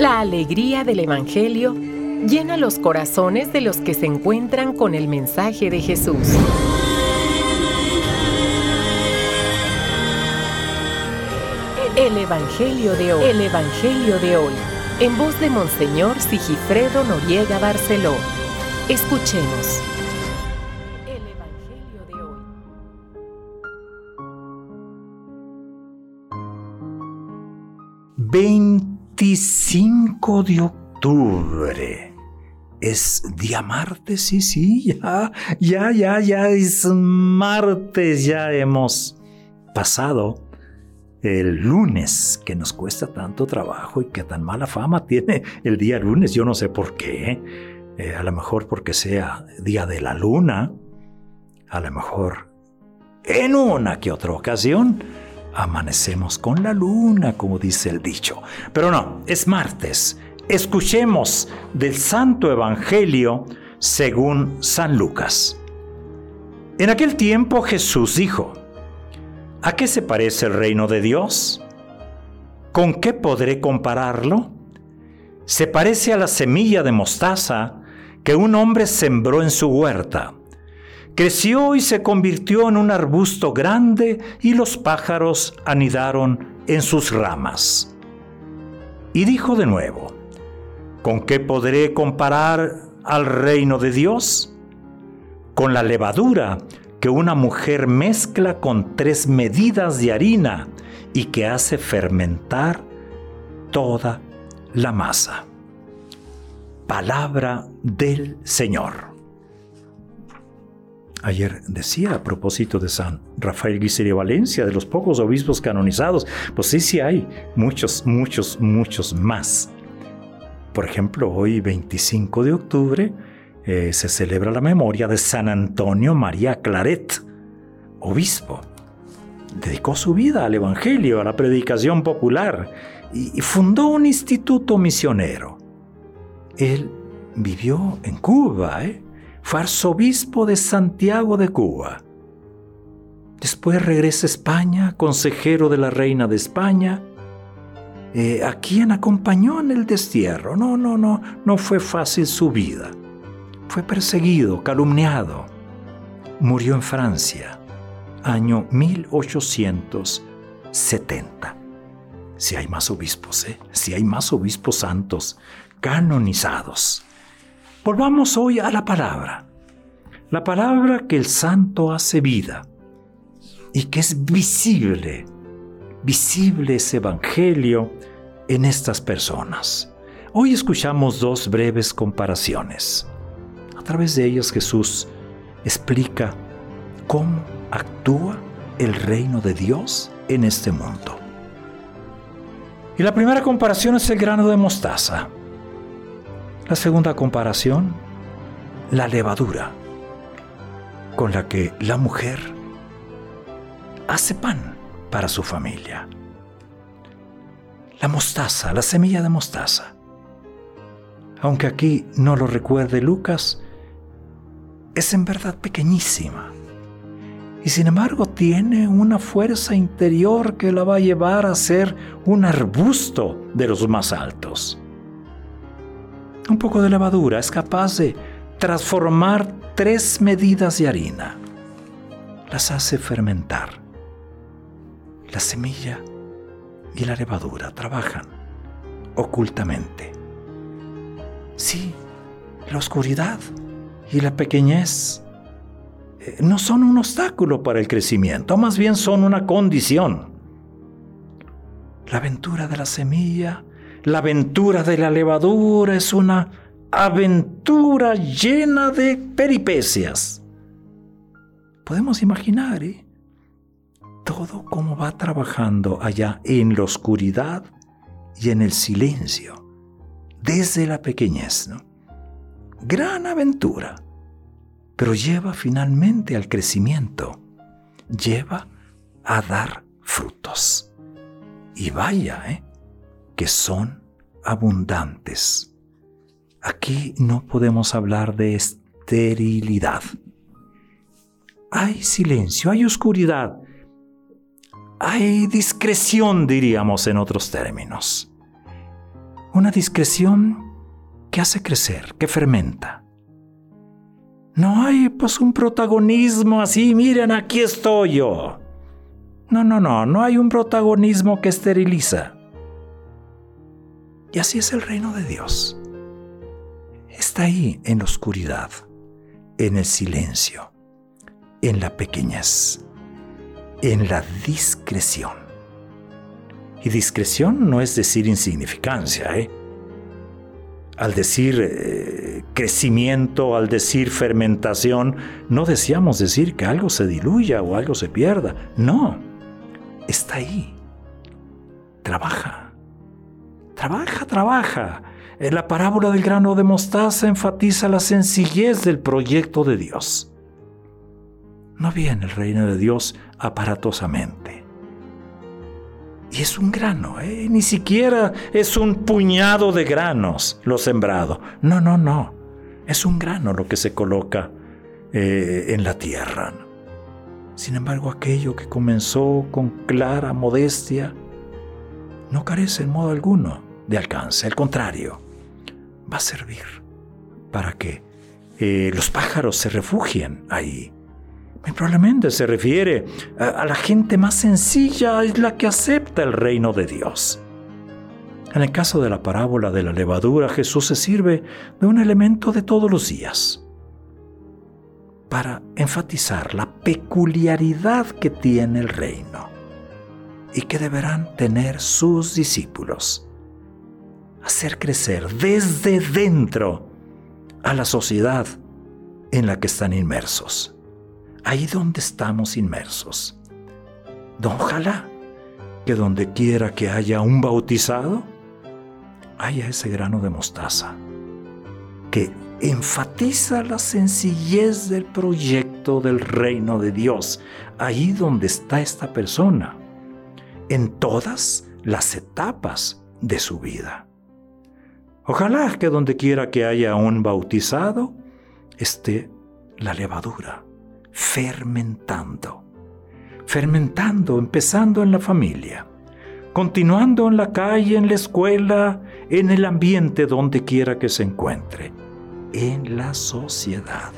La alegría del Evangelio llena los corazones de los que se encuentran con el mensaje de Jesús. El Evangelio de hoy. El Evangelio de hoy. En voz de Monseñor Sigifredo Noriega Barceló. Escuchemos. El Evangelio de hoy. 25 de octubre. Es día martes, sí, ya es martes, ya hemos pasado el lunes, que nos cuesta tanto trabajo y que tan mala fama tiene el día lunes. Yo no sé por qué, a lo mejor porque sea día de la luna, a lo mejor en una que otra ocasión amanecemos con la luna, como dice el dicho. Pero no, es martes. Escuchemos del Santo Evangelio según San Lucas. En aquel tiempo Jesús dijo: ¿a qué se parece el reino de Dios? ¿Con qué podré compararlo? Se parece a la semilla de mostaza que un hombre sembró en su huerta. Creció y se convirtió en un arbusto grande y los pájaros anidaron en sus ramas. Y dijo de nuevo: ¿con qué podré comparar al reino de Dios? Con la levadura que una mujer mezcla con 3 medidas de harina y que hace fermentar toda la masa. Palabra del Señor. Ayer decía, a propósito de San Rafael Guiseria Valencia, de los pocos obispos canonizados, pues sí hay muchos más. Por ejemplo, hoy 25 de octubre se celebra la memoria de San Antonio María Claret, obispo. Dedicó su vida al Evangelio, a la predicación popular y fundó un instituto misionero. Él vivió en Cuba, fue arzobispo de Santiago de Cuba. Después regresa a España, consejero de la reina de España, a quien acompañó en el destierro. No fue fácil su vida. Fue perseguido, calumniado. Murió en Francia, año 1870. Si hay más obispos, si hay más obispos santos canonizados. Volvamos hoy a la palabra que el santo hace vida y que es visible ese evangelio en estas personas. Hoy escuchamos 2 breves comparaciones. A través de ellas Jesús explica cómo actúa el reino de Dios en este mundo. Y la primera comparación es el grano de mostaza. La segunda comparación, la levadura, con la que la mujer hace pan para su familia. La mostaza, la semilla de mostaza. Aunque aquí no lo recuerde Lucas, es en verdad pequeñísima. Y sin embargo tiene una fuerza interior que la va a llevar a ser un arbusto de los más altos. Un poco de levadura es capaz de transformar 3 medidas de harina. Las hace fermentar. La semilla y la levadura trabajan ocultamente. Sí, la oscuridad y la pequeñez no son un obstáculo para el crecimiento, más bien son una condición. La aventura de la semilla, la aventura de la levadura es una aventura llena de peripecias. Podemos imaginar, todo cómo va trabajando allá en la oscuridad y en el silencio, desde la pequeñez, ¿no? Gran aventura, pero lleva finalmente al crecimiento, lleva a dar frutos. Y vaya, que son abundantes. Aquí no podemos hablar de esterilidad. Hay silencio, hay oscuridad, hay discreción, diríamos en otros términos. Una discreción que hace crecer, que fermenta. No hay pues un protagonismo así, miren, aquí estoy yo. No hay un protagonismo que esteriliza. Y así es el reino de Dios. Está ahí en la oscuridad, en el silencio, en la pequeñez, en la discreción. Y discreción no es decir insignificancia, Al decir crecimiento, al decir fermentación, no deseamos decir que algo se diluya o algo se pierda. No, está ahí. Trabaja. En la parábola del grano de mostaza enfatiza la sencillez del proyecto de Dios. No viene el reino de Dios aparatosamente. Y es un grano, ni siquiera es un puñado de granos lo sembrado. No. Es un grano lo que se coloca en la tierra. Sin embargo, aquello que comenzó con clara modestia no carece en modo alguno de alcance. Al contrario, va a servir para que los pájaros se refugien ahí. Y probablemente se refiere a la gente más sencilla, es la que acepta el reino de Dios. En el caso de la parábola de la levadura, Jesús se sirve de un elemento de todos los días para enfatizar la peculiaridad que tiene el reino y que deberán tener sus discípulos. Hacer crecer desde dentro a la sociedad en la que están inmersos. Ahí donde estamos inmersos. Ojalá que donde quiera que haya un bautizado, haya ese grano de mostaza que enfatiza la sencillez del proyecto del reino de Dios. Ahí donde está esta persona, en todas las etapas de su vida. Ojalá que donde quiera que haya un bautizado, esté la levadura. Fermentando, empezando en la familia, continuando en la calle, en la escuela, en el ambiente donde quiera que se encuentre, en la sociedad.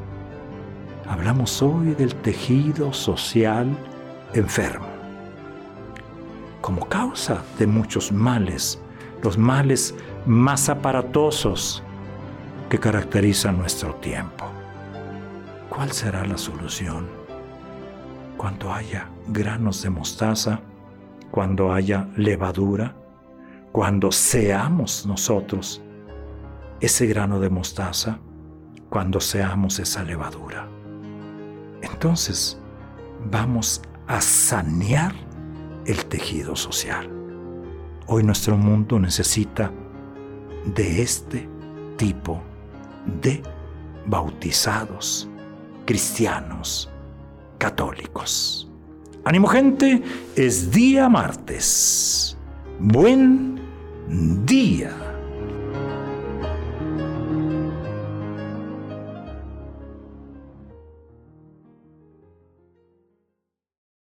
Hablamos hoy del tejido social enfermo, como causa de muchos males, los males más aparatosos que caracterizan nuestro tiempo. ¿Cuál será la solución? Cuando haya granos de mostaza, cuando haya levadura, cuando seamos nosotros ese grano de mostaza, cuando seamos esa levadura. Entonces vamos a sanear el tejido social. Hoy nuestro mundo necesita de este tipo de bautizados cristianos católicos. ¡Ánimo, gente! Es día martes. ¡Buen día!